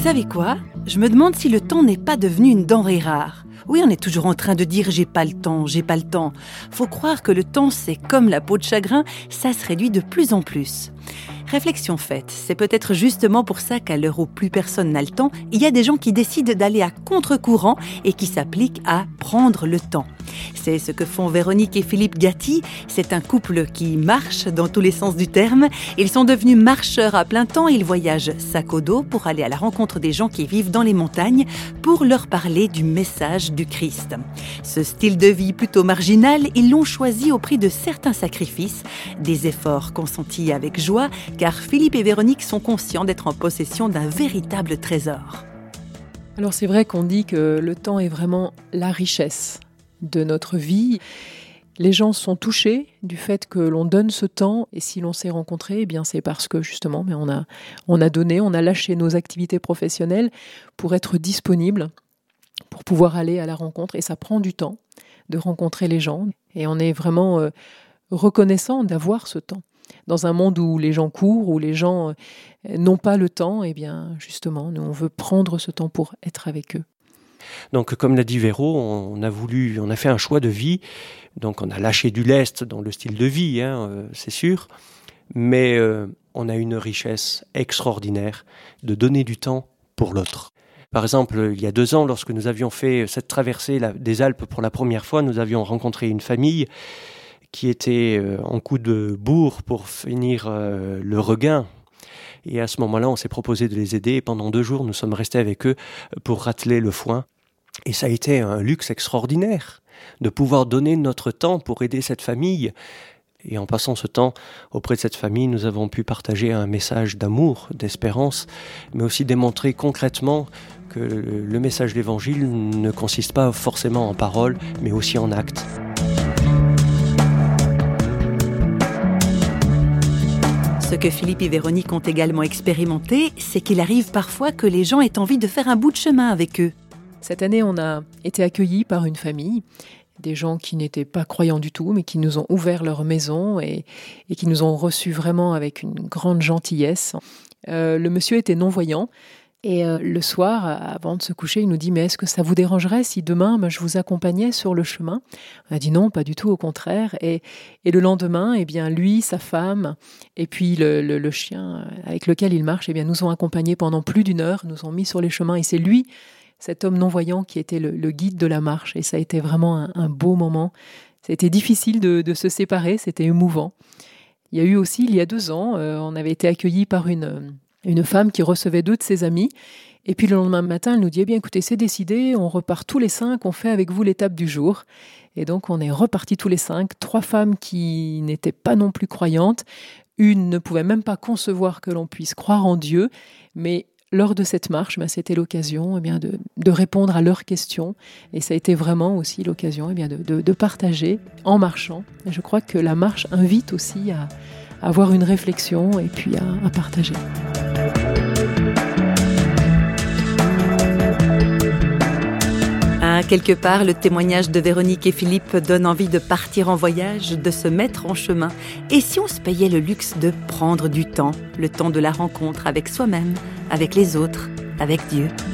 savez quoi ? Je me demande si le temps n'est pas devenu une denrée rare. Oui, on est toujours en train de dire « j'ai pas le temps ». Faut croire que le temps, c'est comme la peau de chagrin, ça se réduit de plus en plus. Réflexion faite, c'est peut-être justement pour ça qu'à l'heure où plus personne n'a le temps, il y a des gens qui décident d'aller à contre-courant et qui s'appliquent à prendre le temps. C'est ce que font Véronique et Philippe Gatti. C'est un couple qui marche dans tous les sens du terme. Ils sont devenus marcheurs à plein temps. Ils voyagent sac au dos pour aller à la rencontre des gens qui vivent dans les montagnes pour leur parler du message du Christ. Ce style de vie plutôt marginal, ils l'ont choisi au prix de certains sacrifices, des efforts consentis avec joie, car Philippe et Véronique sont conscients d'être en possession d'un véritable trésor. Alors c'est vrai qu'on dit que le temps est vraiment la richesse de notre vie. Les gens sont touchés du fait que l'on donne ce temps, et si l'on s'est rencontrés, eh bien c'est parce que justement on a donné, on a lâché nos activités professionnelles pour être disponible, pour pouvoir aller à la rencontre, et ça prend du temps de rencontrer les gens, et on est vraiment reconnaissant d'avoir ce temps. Dans un monde où les gens courent, où les gens n'ont pas le temps, eh bien justement, nous on veut prendre ce temps pour être avec eux. Donc, comme l'a dit Véro, on a fait un choix de vie. Donc, on a lâché du lest dans le style de vie, c'est sûr. Mais on a une richesse extraordinaire de donner du temps pour l'autre. Par exemple, il y a 2 ans, lorsque nous avions fait cette traversée des Alpes pour la première fois, nous avions rencontré une famille qui était en coup de bourre pour finir le regain. Et à ce moment-là, on s'est proposé de les aider. Et pendant 2 jours, nous sommes restés avec eux pour rateler le foin. Et ça a été un luxe extraordinaire de pouvoir donner notre temps pour aider cette famille. Et en passant ce temps auprès de cette famille, nous avons pu partager un message d'amour, d'espérance, mais aussi démontrer concrètement que le message de l'Évangile ne consiste pas forcément en paroles, mais aussi en actes. Ce que Philippe et Véronique ont également expérimenté, c'est qu'il arrive parfois que les gens aient envie de faire un bout de chemin avec eux. Cette année, on a été accueillis par une famille, des gens qui n'étaient pas croyants du tout, mais qui nous ont ouvert leur maison et qui nous ont reçus vraiment avec une grande gentillesse. Le monsieur était non-voyant et le soir, avant de se coucher, il nous dit « Mais est-ce que ça vous dérangerait si demain, je vous accompagnais sur le chemin ?» On a dit non, pas du tout, au contraire. Et le lendemain, eh bien, lui, sa femme et puis le chien avec lequel il marche, eh bien, nous ont accompagnés pendant plus d'1 heure, nous ont mis sur les chemins et c'est lui, cet homme non-voyant qui était le guide de la marche. Et ça a été vraiment un beau moment. C'était difficile de se séparer, c'était émouvant. Il y a eu aussi, il y a 2 ans, on avait été accueillis par une femme qui recevait 2 de ses amis. Et puis le lendemain matin, elle nous dit « Eh bien écoutez, c'est décidé, on repart tous les 5, on fait avec vous l'étape du jour ». Et donc on est repartis tous les 5, 3 femmes qui n'étaient pas non plus croyantes. Une ne pouvait même pas concevoir que l'on puisse croire en Dieu, mais lors de cette marche, c'était l'occasion de répondre à leurs questions. Et ça a été vraiment aussi l'occasion de partager en marchant. Et je crois que la marche invite aussi à avoir une réflexion et puis à partager. Quelque part, le témoignage de Véronique et Philippe donne envie de partir en voyage, de se mettre en chemin. Et si on se payait le luxe de prendre du temps, le temps de la rencontre avec soi-même, avec les autres, avec Dieu ?